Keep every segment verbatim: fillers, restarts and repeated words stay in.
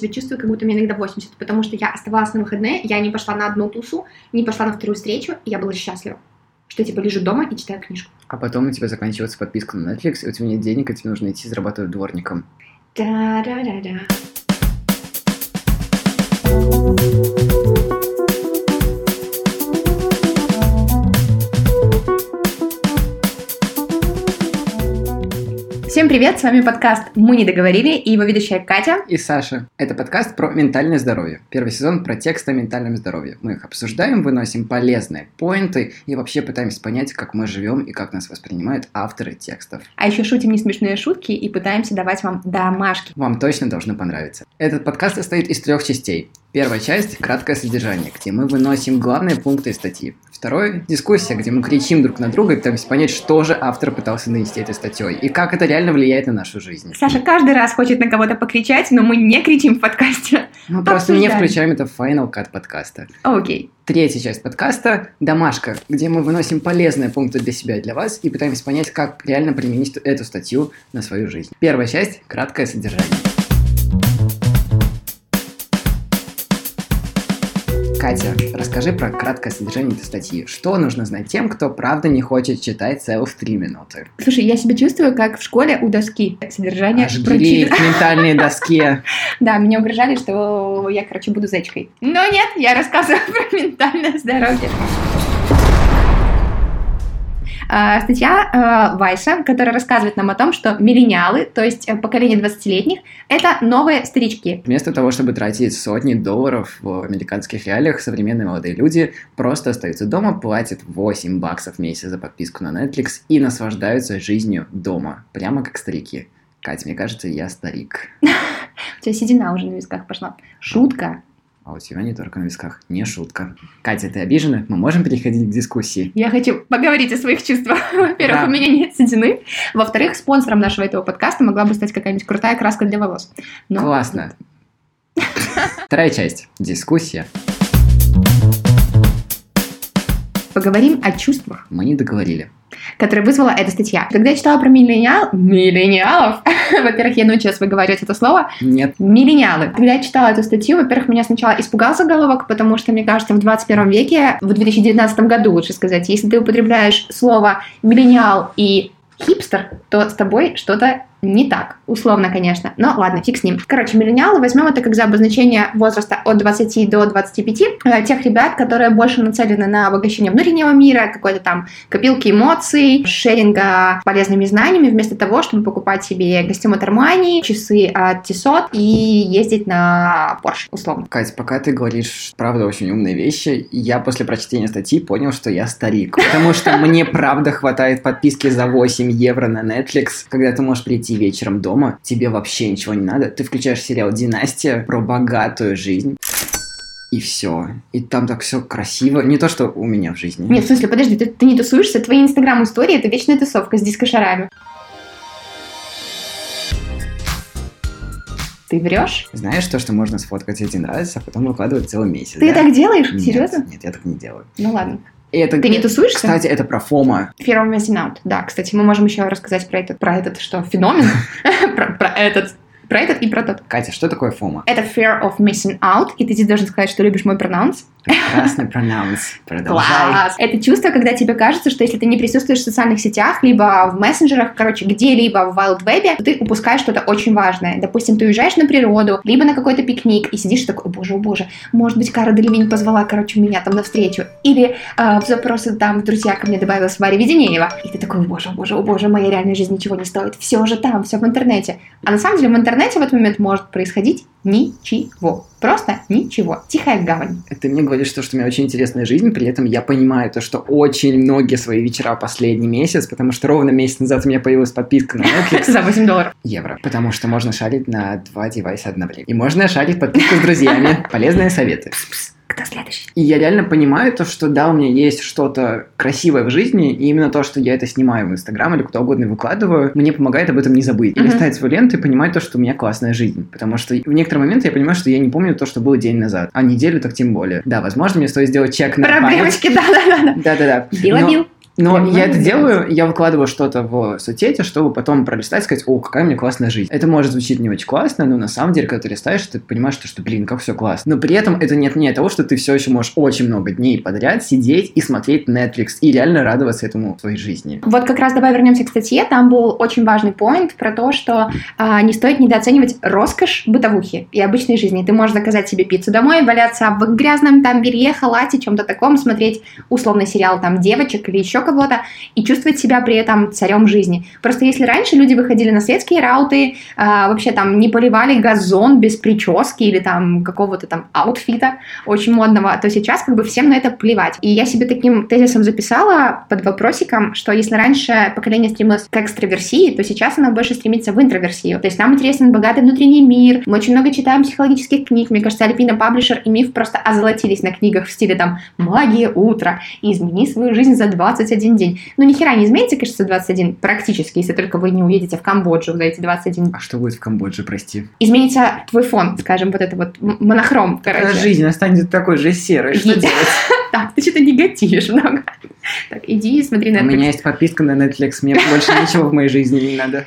себя чувствую, как будто мне иногда восемьдесят, потому что я оставалась на выходные, я не пошла на одну тусу, не пошла на вторую встречу, и я была счастлива, что я типа лежу дома и читаю книжку. А потом у тебя заканчивается подписка на Netflix, и у тебя нет денег, и тебе нужно идти зарабатывать дворником. Да-да-да-да. Всем привет, с вами подкаст «Мы не договорили» и его ведущая Катя и Саша. Это подкаст про ментальное здоровье. Первый сезон про тексты о ментальном здоровье. Мы их обсуждаем, выносим полезные поинты и вообще пытаемся понять, как мы живем и как нас воспринимают авторы текстов. А еще шутим несмешные шутки и пытаемся давать вам домашки. Вам точно должно понравиться. Этот подкаст состоит из трех частей. Первая часть – краткое содержание, где мы выносим главные пункты из статьи. Второе – дискуссия, где мы кричим друг на друга и пытаемся понять, что же автор пытался донести этой статьей и как это реально влияет на нашу жизнь. Sasha каждый раз хочет на кого-то покричать, но мы не кричим в подкасте. Мы просто не включаем это в Final Cut подкаста. Окей. Okay. Третья часть подкаста – домашка, где мы выносим полезные пункты для себя и для вас и пытаемся понять, как реально применить эту статью на свою жизнь. Первая часть – краткое содержание. Катя, расскажи про краткое содержание этой статьи. Что нужно знать тем, кто правда не хочет читать целых три минуты? Слушай, я себя чувствую, как в школе у доски. Содержание Аж греет к ментальной доске. Да, меня угрожали, что я, короче, буду зайчкой. Но нет, я рассказываю про ментальное здоровье. Статья Вайса, которая рассказывает нам о том, что миллениалы, то есть поколение двадцатилетних, это новые старички. Вместо того, чтобы тратить сотни долларов в американских реалиях, современные молодые люди просто остаются дома, платят восемь баксов в месяц за подписку на Netflix и наслаждаются жизнью дома, прямо как старики. Катя, мне кажется, я старик. У тебя седина уже на висках пошла. Шутка. А у тебя не только на висках. Не шутка. Катя, ты обижена? Мы можем переходить к дискуссии? Я хочу поговорить о своих чувствах. Во-первых, да. У меня нет седины. Во-вторых, спонсором нашего этого подкаста могла бы стать какая-нибудь крутая краска для волос. Но... Классно. Вторая часть. Дискуссия. Поговорим о чувствах. Мы не договорили. Которая вызвала эта статья. Когда я читала про миллениал... миллениалов, во-первых, я научилась выговаривать это слово. Нет. Миллениалы. Когда я читала эту статью, во-первых, меня сначала испугал заголовок, потому что, мне кажется, в двадцать первом веке, в две тысячи девятнадцатом году, лучше сказать, если ты употребляешь слово миллениал и хипстер, то с тобой что-то не так. Условно, конечно. Но ладно, фиг с ним. Короче, миллениалы возьмем это как за обозначение возраста от двадцати до двадцати пяти. Тех ребят, которые больше нацелены на обогащение внутреннего мира, какой-то там копилки эмоций, шеринга полезными знаниями, вместо того, чтобы покупать себе костюм от Armani, часы от Tissot и ездить на Porsche, условно. Кать, пока ты говоришь, правда, очень умные вещи, я после прочтения статьи понял, что я старик. Потому что мне правда хватает подписки за восемь евро на Netflix, когда ты можешь прийти вечером дома, тебе вообще ничего не надо, ты включаешь сериал «Династия» про богатую жизнь, и все. И там так все красиво. Не то, что у меня в жизни. Нет, в смысле, подожди, ты, ты не тусуешься, твои инстаграм-истории — это вечная тусовка с диско-шарами. Ты врешь? Знаешь то, что можно сфоткать один раз, а потом выкладывать целый месяц? Ты да? так делаешь? Нет, Серьезно? Нет, я так не делаю. Ну ладно. Это, ты не тусуешься? Кстати, это про фома. Fear of missing out. Да, кстати, мы можем еще рассказать про этот, про этот что, феномен? Про этот. Про этот и про тот. Катя, что такое фома? Это fear of missing out, и ты здесь должен сказать, что любишь мой пронаунс. Прекрасный пронаунс. Продолжай. Класс! Это чувство, когда тебе кажется, что если ты не присутствуешь в социальных сетях, либо в мессенджерах, короче, где-либо в Wild Web, то ты упускаешь что-то очень важное. Допустим, ты уезжаешь на природу, либо на какой-то пикник, и сидишь такой: о боже, о боже, может быть, Кара Делевинь позвала, короче, меня там навстречу. Или э, в запросы там друзья ко мне добавилась Варя Веденеева. И ты такой: о боже, о боже, о боже, моя реальная жизнь ничего не стоит. Все уже там, все в интернете. А на самом деле в интернете в этот момент может происходить ничего. Просто ничего. Тихая гавань. Ты мне говоришь, что, что у меня очень интересная жизнь, при этом я понимаю то, что очень многие свои вечера последний месяц, потому что ровно месяц назад у меня появилась подписка на Netflix. За восемь долларов. Евро. Потому что можно шарить на два девайса одновременно. И можно шарить подписку с друзьями. Полезные советы. Кто следующий? И я реально понимаю то, что да, у меня есть что-то красивое в жизни, и именно то, что я это снимаю в Инстаграм или куда угодно выкладываю, мне помогает об этом не забыть. И Uh-huh. листать свою ленту и понимать то, что у меня классная жизнь. Потому что в некоторые моменты я понимаю, что я не помню то, что было день назад. А неделю так тем более. Да, возможно, мне стоит сделать чек на Проблемочки, да-да-да. Да-да-да. Била-бил. Но Я не я могу это делать. делаю, я выкладываю что-то в соцсети, чтобы потом пролистать и сказать, о, какая у меня классная жизнь. Это может звучить не очень классно, но на самом деле, когда ты листаешь, ты понимаешь, что, что блин, как все классно. Но при этом это не отменяет того, что ты все еще можешь очень много дней подряд сидеть и смотреть Netflix и реально радоваться этому в своей жизни. Вот как раз давай вернемся к статье. Там был очень важный поинт про то, что а, не стоит недооценивать роскошь бытовухи и обычной жизни. Ты можешь заказать себе пиццу домой, валяться в грязном там белье, халате, чем-то таком, смотреть условный сериал там девочек или еще кого-то и чувствовать себя при этом царем жизни. Просто если раньше люди выходили на светские рауты, а, вообще там не поливали газон без прически или там какого-то там аутфита очень модного, то сейчас как бы всем на это плевать. И я себе таким тезисом записала под вопросиком, что если раньше поколение стремилось к экстраверсии, то сейчас оно больше стремится в интроверсию. То есть нам интересен богатый внутренний мир, мы очень много читаем психологических книг. Мне кажется, Альпина Паблишер и Миф просто озолотились на книгах в стиле там «Магия утра», «Измени свою жизнь за двадцать один день». Ну, ни хера не изменится, кажется, за двадцать один практически, если только вы не уедете в Камбоджу за эти двадцать один. А что будет в Камбодже, прости? Изменится твой фон, скажем, вот это вот м- монохром, короче. Жизнь останется такой же серой, что Иди. делать? Так, ты что-то негативишь много. Так, иди и смотри на У Netflix. меня есть подписка на Netflix, мне больше ничего в моей жизни не надо.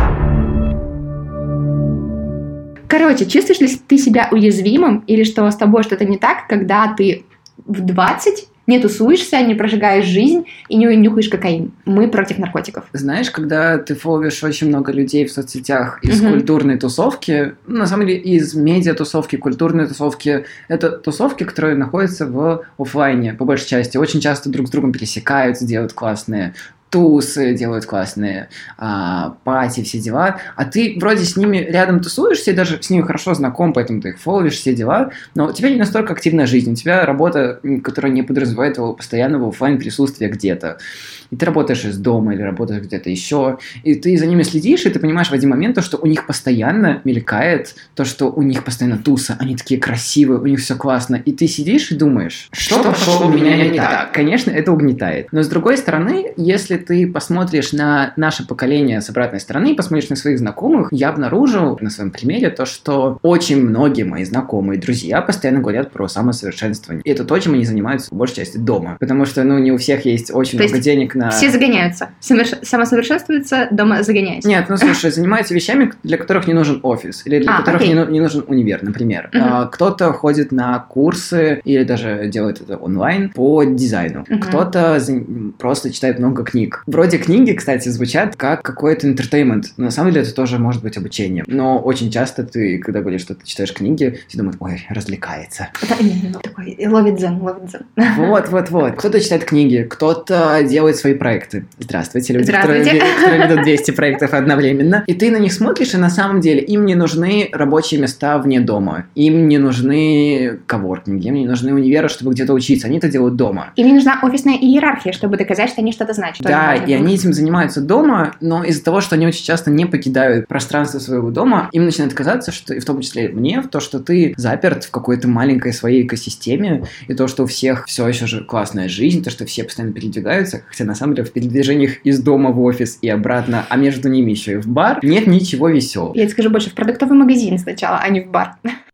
Короче, чувствуешь ли ты себя уязвимым или что с тобой что-то не так, когда ты в двадцать не тусуешься, не прожигаешь жизнь и не нюхаешь кокаин? Мы против наркотиков. Знаешь, когда ты фоловишь очень много людей в соцсетях из Мгм. культурной тусовки, ну, на самом деле из медиа-тусовки, культурной тусовки, это тусовки, которые находятся в офлайне, по большей части, очень часто друг с другом пересекаются, делают классные тусы, делают классные а, пати, все дела, а ты вроде с ними рядом тусуешься, и даже с ними хорошо знаком, поэтому ты их фоловишь, все дела, но у тебя не настолько активная жизнь, у тебя работа, которая не подразумевает твоего постоянного офлайн присутствия где-то. И ты работаешь из дома или работаешь где-то еще, и ты за ними следишь, и ты понимаешь в один момент то, что у них постоянно мелькает то, что у них постоянно туса, они такие красивые, у них все классно, и ты сидишь и думаешь, что пошло у меня не так. Конечно, это угнетает. Но с другой стороны, если ты посмотришь на наше поколение с обратной стороны, посмотришь на своих знакомых, я обнаружил на своем примере то, что очень многие мои знакомые друзья постоянно говорят про самосовершенствование. И это то, чем они занимаются в большей части дома. Потому что, ну, не у всех есть очень То много есть денег на... Все загоняются. Самоверш- Самосовершенствуются, дома загоняются. Нет, ну слушай, занимаются вещами, для которых не нужен офис, или для А, которых окей. не, ну- не нужен универ, например. Мгм. А, кто-то ходит на курсы, или даже делает это онлайн по дизайну. Мгм. Кто-то за- просто читает много книг. Вроде книги, кстати, звучат как какой-то entertainment. Но на самом деле это тоже может быть обучение. Но очень часто ты, когда говоришь, что ты читаешь книги, все думают, ой, развлекается. Это именно такой ловит дзен, ловит дзен. Вот, вот, вот. Кто-то читает книги, кто-то делает свои проекты. Здравствуйте, люди, Здравствуйте. Которые, которые ведут двести проектов одновременно. И ты на них смотришь, и на самом деле им не нужны рабочие места вне дома. Им не нужны коворкинги, им не нужны универы, чтобы где-то учиться. Они это делают дома. Им не нужна офисная иерархия, чтобы доказать, что они что-то значат. Тоже Да, важно. и они этим занимаются дома, но из-за того, что они очень часто не покидают пространство своего дома, им начинает казаться, что, и в том числе мне, в то, что ты заперт в какой-то маленькой своей экосистеме, и то, что у всех все еще же классная жизнь, то, что все постоянно передвигаются, хотя на самом деле в передвижениях из дома в офис и обратно, а между ними еще и в бар, нет ничего веселого. Я тебе скажу больше, в продуктовый магазин сначала, а не в бар.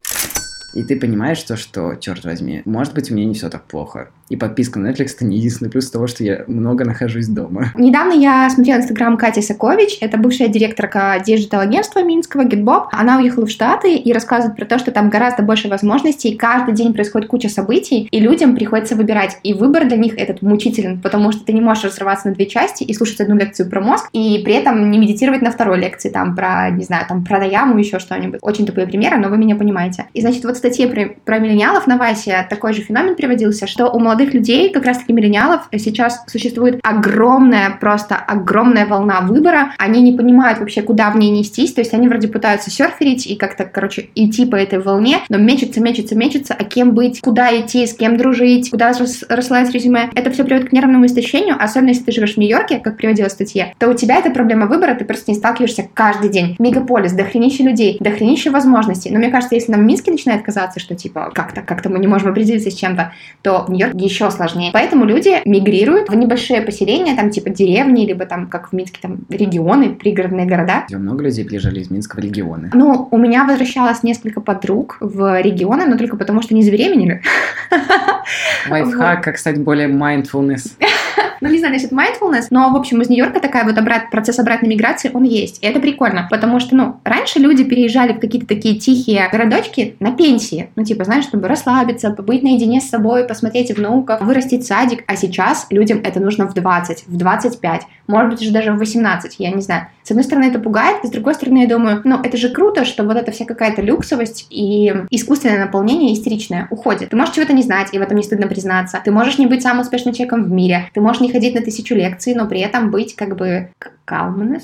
И ты понимаешь то, что, черт возьми, может быть, у меня не все так плохо. И подписка на Netflix — это не единственный плюс того, что я много нахожусь дома. Недавно я смотрела инстаграм Кати Сакович, это бывшая директорка диджитал-агентства минского Гитбоб. Она уехала в Штаты и рассказывает про то, что там гораздо больше возможностей, каждый день происходит куча событий, и людям приходится выбирать. И выбор для них этот мучителен, потому что ты не можешь разрываться на две части и слушать одну лекцию про мозг, и при этом не медитировать на второй лекции, там, про, не знаю, там, про Даяму, еще что-нибудь. Очень тупые примеры, но вы меня понимаете. И, значит, вот в статье про, про миллениалов на Васе такой же феномен приводился, что у молодых людей, как раз-таки миллениалов, сейчас существует огромная, просто огромная волна выбора. Они не понимают вообще, куда в ней нестись, то есть они вроде пытаются серферить и как-то, короче, идти по этой волне, но мечутся, мечутся, мечутся, а кем быть, куда идти, с кем дружить, куда рас- рассылать резюме. Это все приводит к нервному истощению, особенно если ты живешь в Нью-Йорке, как приводила в статье, то у тебя эта проблема выбора, ты просто не сталкиваешься каждый день. Мегаполис, дохренище людей, дохренище возможностей. Но мне кажется, если нам в Минске начинает казаться, что типа как-то, как-то мы не можем определиться с чем-то, то в Нью-Йорке еще сложнее. Поэтому люди мигрируют в небольшие поселения, там типа деревни, либо там, как в Минске, там регионы, пригородные города. Много людей приезжали из Минска в регионы. Ну, у меня возвращалось несколько подруг в регионы, но только потому, что они забеременели. Лайфхак, как стать более mindfulness. Ну, не знаю, насчет mindfulness, но, в общем, из Нью-Йорка такая вот обрат... процесс обратной миграции, он есть. И это прикольно, потому что, ну, раньше люди переезжали в какие-то такие тихие городочки на пенсии. Ну, типа, знаешь, чтобы расслабиться, побыть наедине с собой, посмотреть внуков, вырастить садик. А сейчас людям это нужно в двадцать, в двадцать пять, может быть, уже даже в восемнадцать, я не знаю. С одной стороны, это пугает, с другой стороны, я думаю, ну, это же круто, что вот эта вся какая-то люксовость и искусственное наполнение истеричное уходит. Ты можешь чего-то не знать, и в этом не стыдно признаться. Ты можешь не быть самым успешным человеком в мире. Ты можешь не ходить на тысячу лекций, но при этом быть как бы calmness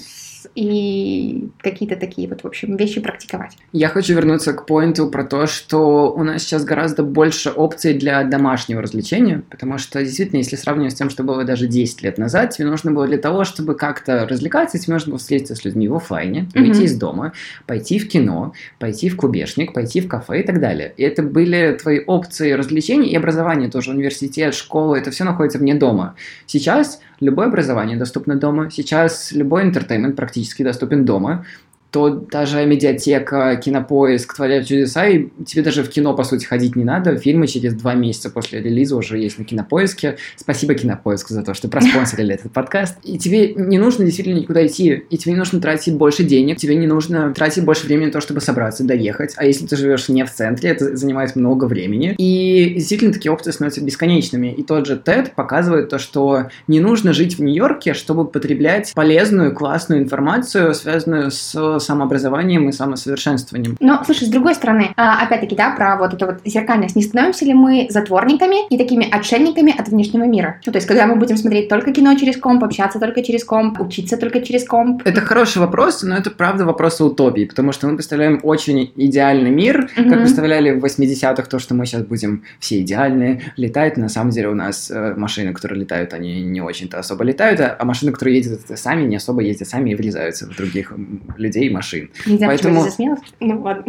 и какие-то такие вот, в общем, вещи практиковать. Я хочу вернуться к поинту про то, что у нас сейчас гораздо больше опций для домашнего развлечения, потому что, действительно, если сравнивать с тем, что было даже десять лет назад, тебе нужно было для того, чтобы как-то развлекаться, тебе нужно было встретиться с людьми в офлайне, выйти mm-hmm. из дома, пойти в кино, пойти в кубешник, пойти в кафе и так далее. И это были твои опции развлечений и образования тоже, университет, школа, это все находится вне дома. Сейчас любое образование доступно дома, сейчас любой интертеймент практически доступен дома, то даже медиатека, кинопоиск творят чудеса, и тебе даже в кино, по сути, ходить не надо. Фильмы через два месяца после релиза уже есть на Кинопоиске. Спасибо Кинопоиску за то, что проспонсорили этот подкаст. И тебе не нужно действительно никуда идти, и тебе не нужно тратить больше денег, тебе не нужно тратить больше времени на то, чтобы собраться, доехать. А если ты живешь не в центре, это занимает много времени. И действительно такие опции становятся бесконечными. И тот же тед показывает то, что не нужно жить в Нью-Йорке, чтобы потреблять полезную, классную информацию, связанную с самообразованием и самосовершенствованием. Но, слушай, с другой стороны, опять-таки, да, про вот эту вот зеркальность. Не становимся ли мы затворниками и такими отшельниками от внешнего мира? Ну, то есть, когда мы будем смотреть только кино через комп, общаться только через комп, учиться только через комп? Это хороший вопрос, но это, правда, вопрос утопии, потому что мы представляем очень идеальный мир, mm-hmm. как представляли в восьмидесятых то, что мы сейчас будем все идеальные, летать. На самом деле у нас э, машины, которые летают, они не очень-то особо летают, а, а машины, которые ездят сами, не особо ездят сами и врезаются в других людей, машин. Нельзя, поэтому... почему ты засмеялась? Ну, ладно.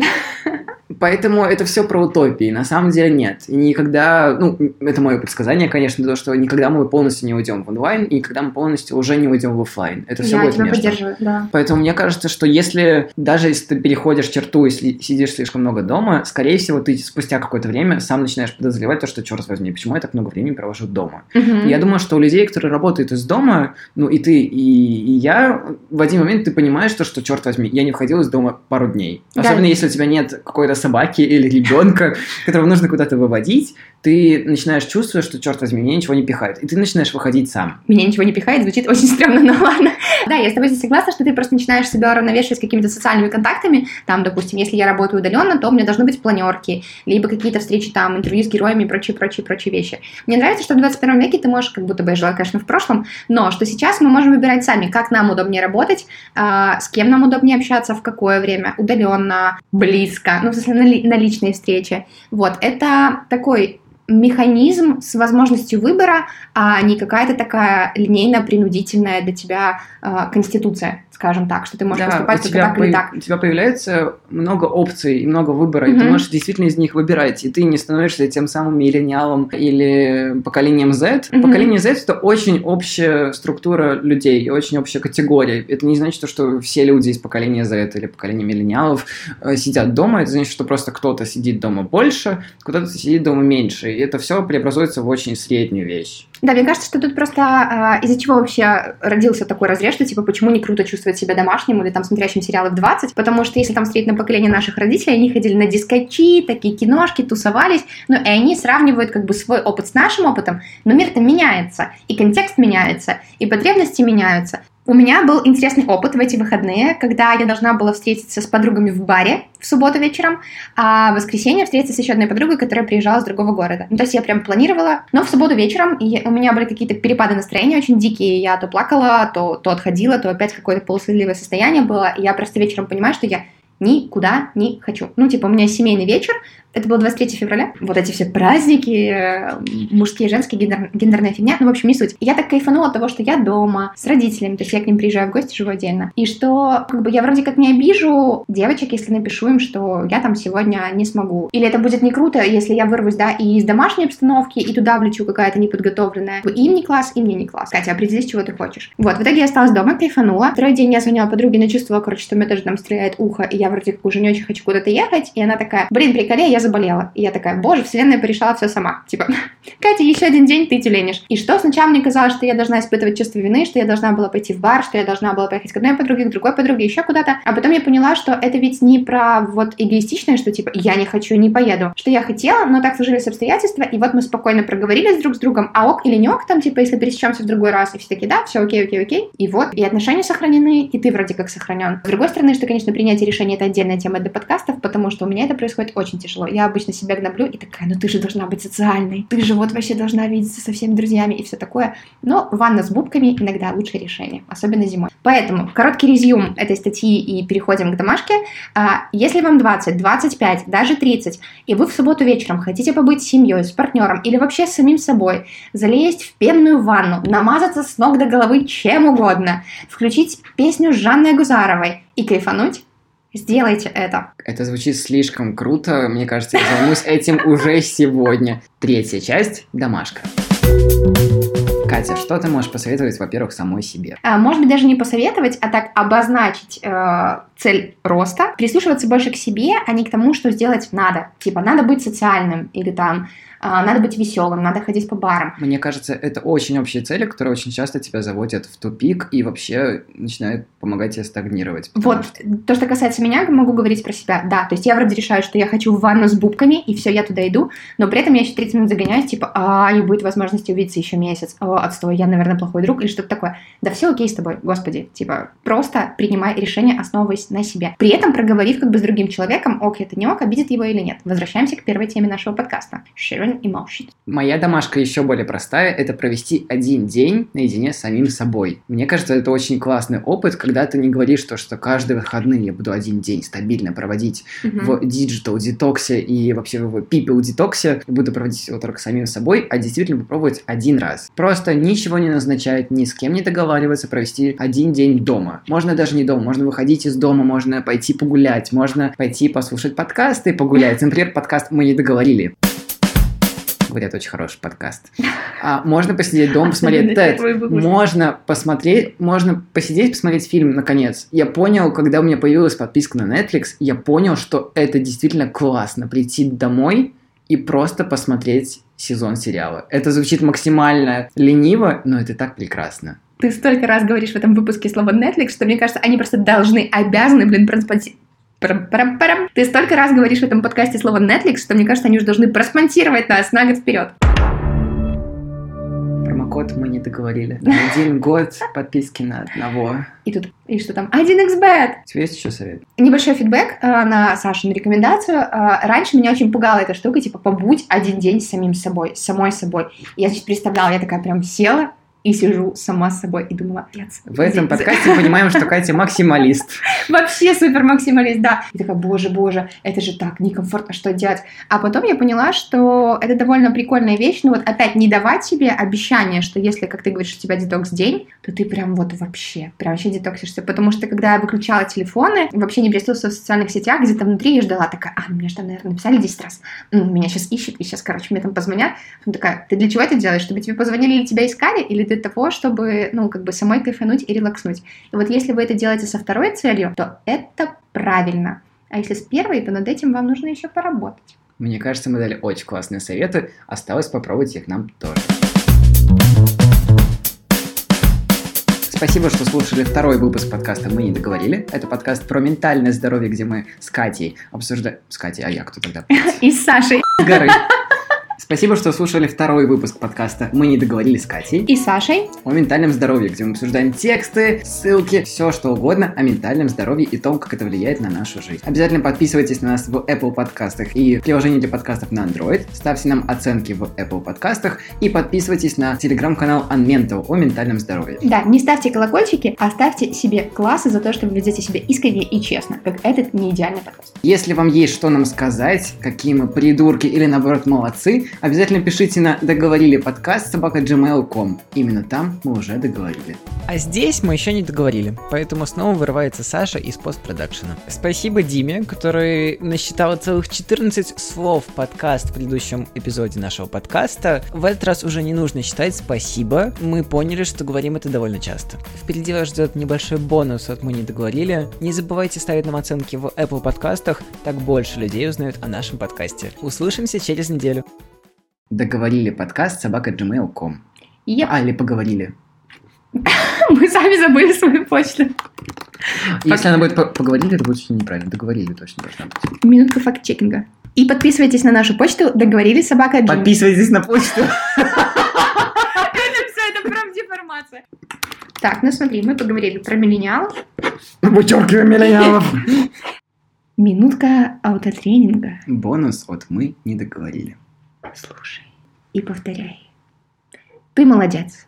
Поэтому это все про утопии. На самом деле нет. И никогда, ну, это мое предсказание, конечно, то, что никогда мы полностью не уйдем в онлайн, и никогда мы полностью уже не уйдем в офлайн. Это все Я будет тебя между. поддерживаю, да. Поэтому мне кажется, что если, даже если ты переходишь черту и сидишь слишком много дома, скорее всего, ты спустя какое-то время сам начинаешь подозревать то, что, черт возьми, почему я так много времени провожу дома. Угу. Я думаю, что у людей, которые работают из дома, ну, и ты, и, и я, в один момент ты понимаешь то, что, черт возьми, я не выходил из дома пару дней. Да. Особенно если у тебя нет какой-то собаки или ребенка, которого нужно куда-то выводить, ты начинаешь чувствовать, что, черт возьми, меня ничего не пихает. И ты начинаешь выходить сам. Меня ничего не пихает, звучит очень стрёмно, но ладно. Да, я с тобой здесь согласна, что ты просто начинаешь себя равновешивать с какими-то социальными контактами. Там, допустим, если я работаю удаленно, то у меня должны быть планерки, либо какие-то встречи, там, интервью с героями и прочие-прочие-прочие вещи. Мне нравится, что в двадцать первом веке ты можешь, как будто бы я жила, конечно, в прошлом, но что сейчас мы можем выбирать сами, как нам удобнее работать, э, с кем нам удобнее общаться, в какое время, удаленно, близко, ну, в смысле, на, ли, на личные встречи. Вот, это такой механизм с возможностью выбора, а не какая-то такая линейно-принудительная для тебя э, конституция, скажем так, что ты можешь да, поступать только так по- или так. У тебя появляется много опций и много выбора, Mm-hmm. и ты можешь действительно из них выбирать, и ты не становишься тем самым миллениалом или поколением Z. Mm-hmm. Поколение Z — это очень общая структура людей, и очень общая категория. Это не значит, что все люди из поколения Z или поколения миллениалов э, сидят дома, это значит, что просто кто-то сидит дома больше, кто-то сидит дома меньше, и это все преобразуется в очень среднюю вещь. Да, мне кажется, что тут просто э, из-за чего вообще родился такой разрез, что типа почему не круто чувствовать себя домашним или там смотрящим сериалы в двадцать, потому что если там смотреть на поколение наших родителей, они ходили на дискочи, такие киношки, тусовались, ну и они сравнивают как бы свой опыт с нашим опытом, но мир-то меняется, и контекст меняется, и потребности меняются. У меня был интересный опыт в эти выходные, когда я должна была встретиться с подругами в баре в субботу вечером, а в воскресенье встретиться с еще одной подругой, которая приезжала с другого города. Ну, то есть я прям планировала, но в субботу вечером и у меня были какие-то перепады настроения очень дикие, я то плакала, то, то отходила, то опять какое-то полусливое состояние было, и я просто вечером понимаю, что я никуда не хочу. Ну, типа, у меня семейный вечер, это было двадцать третьего февраля, вот эти все праздники, мужские, женские, гендер, гендерная фигня, ну, в общем, не суть. Я так кайфанула от того, что я дома, с родителями, то есть я к ним приезжаю в гости, живу отдельно, и что, как бы, я вроде как не обижу девочек, если напишу им, что я там сегодня не смогу. Или это будет не круто, если я вырвусь, да, и из домашней обстановки, и туда влечу какая-то неподготовленная. Им не класс, и мне не класс. Катя, определись, чего ты хочешь. Вот, в итоге я осталась дома, кайфанула. Второй день я звонила подруге, но чувствовала, короче, что мне тоже там стреляет ухо, и я вроде как уже не очень хочу куда-то ехать, и она такая: блин, приколи, я заболела. И я такая, боже, вселенная порешала все сама. Типа, Катя, еще один день ты тюленишь. И что сначала мне казалось, что я должна испытывать чувство вины, что я должна была пойти в бар, что я должна была поехать к одной подруге, к другой подруге, еще куда-то. А потом я поняла, что это ведь не про вот эгоистичное, что типа я не хочу, не поеду. Что я хотела, но так сложились обстоятельства, и вот мы спокойно проговорили друг с другом, а ок или не ок, там типа если пересечемся в другой раз, и все таки да, все окей, окей, окей. И вот, и отношения сохранены, и ты вроде как сохранен. С другой стороны, что, конечно, принятие решения — это отдельная тема для подкастов, потому что у меня это происходит очень тяжело. Я обычно себя гноблю и такая, ну ты же должна быть социальной, ты же вот вообще должна видеться со всеми друзьями и все такое. Но ванна с бубками иногда лучшее решение, особенно зимой. Поэтому короткий резюм этой статьи и переходим к домашке. Если вам двадцать, двадцать пять, даже тридцать, и вы в субботу вечером хотите побыть с семьей, с партнером или вообще с самим собой, залезть в пенную ванну, намазаться с ног до головы чем угодно, включить песню Жанны Агузаровой и кайфануть, сделайте это. Это звучит слишком круто. Мне кажется, я займусь этим уже сегодня. Третья часть – домашка. Катя, что ты можешь посоветовать, во-первых, самой себе? А, может быть, даже не посоветовать, а так обозначить э, цель роста, прислушиваться больше к себе, а не к тому, что сделать надо. Типа, надо быть социальным или там надо быть веселым, надо ходить по барам. Мне кажется, это очень общие цели, которые очень часто тебя заводят в тупик и вообще начинают помогать тебе стагнировать. Вот, что... то, что касается меня, могу говорить про себя. Да, то есть я вроде решаю, что я хочу в ванну с бубками, и все, я туда иду, но при этом я еще тридцать минут загоняюсь, типа, а, не будет возможности увидеться еще месяц, о, отстой, я, наверное, плохой друг, или что-то такое. Да все окей с тобой, господи, типа, просто принимай решение, основываясь на себе. При этом проговорив как бы с другим человеком, ок, это не ок, обидит его или нет. Возвращаемся к первой теме нашего подкаста. Sharing emotions. Моя домашка еще более простая, это провести один день наедине с самим собой. Мне кажется, это очень классный опыт, когда ты не говоришь то, что каждые выходные я буду один день стабильно проводить mm-hmm. в диджитал-детоксе и вообще в people-детоксе, буду проводить его только самим собой, а действительно попробовать один раз. Просто ничего не назначать, ни с кем не договариваться, провести один день дома. Можно даже не дома, можно выходить из дома, можно пойти погулять, можно пойти послушать подкасты и погулять. Например, подкаст «Мы не договорили». Говорят, очень хороший подкаст. А, можно посидеть дома, посмотреть Тед. Можно посмотреть, можно посидеть, посмотреть фильм, наконец. Я понял, когда у меня появилась подписка на Netflix, я понял, что это действительно классно. Прийти домой и просто посмотреть сезон сериала. Это звучит максимально лениво, но это так прекрасно. Ты столько раз говоришь в этом выпуске слово Netflix, что мне кажется, они просто должны, обязаны, блин, проспонсировать. Парам-парам-парам. Ты столько раз говоришь в этом подкасте слово Netflix, что мне кажется, они уже должны проспонсировать нас на год вперед. Промокод мы не договорили. Один год подписки на одного. И тут, и что там? один икс бет! У тебя есть еще совет? Небольшой фидбэк э, на Сашину рекомендацию. Э, раньше меня очень пугала эта штука, типа, побудь один день с самим собой, с самой собой. Я, значит, представляла, я такая прям села и сижу сама с собой и думала, отец. В этом подкасте мы понимаем, что Катя максималист. Вообще супер максималист, да. И такая, боже, боже, это же так некомфортно, что делать. А потом я поняла, что это довольно прикольная вещь, но вот опять не давать себе обещание, что если, как ты говоришь, у тебя детокс-день, то ты прям вот вообще, прям вообще детоксишься. Потому что когда я выключала телефоны, вообще не присутствовала в социальных сетях, где-то внутри я ждала, такая, а, мне же там, наверное, написали десять раз. М, меня сейчас ищут, и сейчас, короче, мне там позвонят. Потом такая, ты для чего это делаешь? Чтобы тебе позвонили или тебя искали, или для того, чтобы, ну, как бы самой кайфануть и релакснуть. И вот если вы это делаете со второй целью, то это правильно. А если с первой, то над этим вам нужно еще поработать. Мне кажется, мы дали очень классные советы. Осталось попробовать их нам тоже. Спасибо, что слушали второй выпуск подкаста «Мы не договорили». Это подкаст про ментальное здоровье, где мы с Катей обсуждаем... С Катей, а я кто тогда? И с Сашей. С горы. Спасибо, что слушали второй выпуск подкаста «Мы не договорили» с Катей и Сашей о ментальном здоровье, где мы обсуждаем тексты, ссылки, все что угодно о ментальном здоровье и том, как это влияет на нашу жизнь. Обязательно подписывайтесь на нас в Apple подкастах и приложении для подкастов на Android, ставьте нам оценки в Apple подкастах и подписывайтесь на телеграм-канал Unmental о ментальном здоровье. Да, не ставьте колокольчики, а ставьте себе классы за то, что вы ведете себя искренне и честно, как этот не идеальный подкаст. Если вам есть что нам сказать, какие мы придурки или наоборот молодцы, Обязательно пишите на договорили подкаст собака джи мейл точка ком. Именно там мы уже договорили. А здесь мы еще не договорили, поэтому снова вырывается Саша из постпродакшена. Спасибо Диме, который насчитал целых четырнадцать слов подкаст в предыдущем эпизоде нашего подкаста. В этот раз уже не нужно считать спасибо, мы поняли, что говорим это довольно часто. Впереди вас ждет небольшой бонус от «Мы не договорили». Не забывайте ставить нам оценки в Apple подкастах, так больше людей узнают о нашем подкасте. Услышимся через неделю. Договорили подкаст собака джи мейл точка ком. Yep. А, или поговорили. Мы сами забыли свою почту. Если она будет по- поговорили, это будет очень неправильно. Договорили точно должна быть. Минутка факт-чекинга. И подписывайтесь на нашу почту договорили собака джи. Подписывайтесь на почту. Это все, это прям деформация. Так, ну смотри, мы поговорили про миллениалов. Вычеркиваем миллениалов. Минутка аутотренинга. Бонус от «Мы не договорили». Слушай и повторяй. Ты молодец.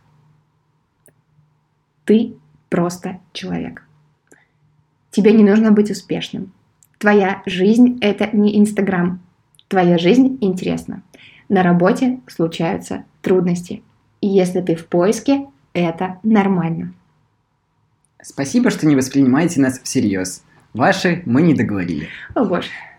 Ты просто человек. Тебе не нужно быть успешным. Твоя жизнь – это не Инстаграм. Твоя жизнь интересна. На работе случаются трудности. И если ты в поиске, это нормально. Спасибо, что не воспринимаете нас всерьез. Ваши «Мы не договорили». О боже.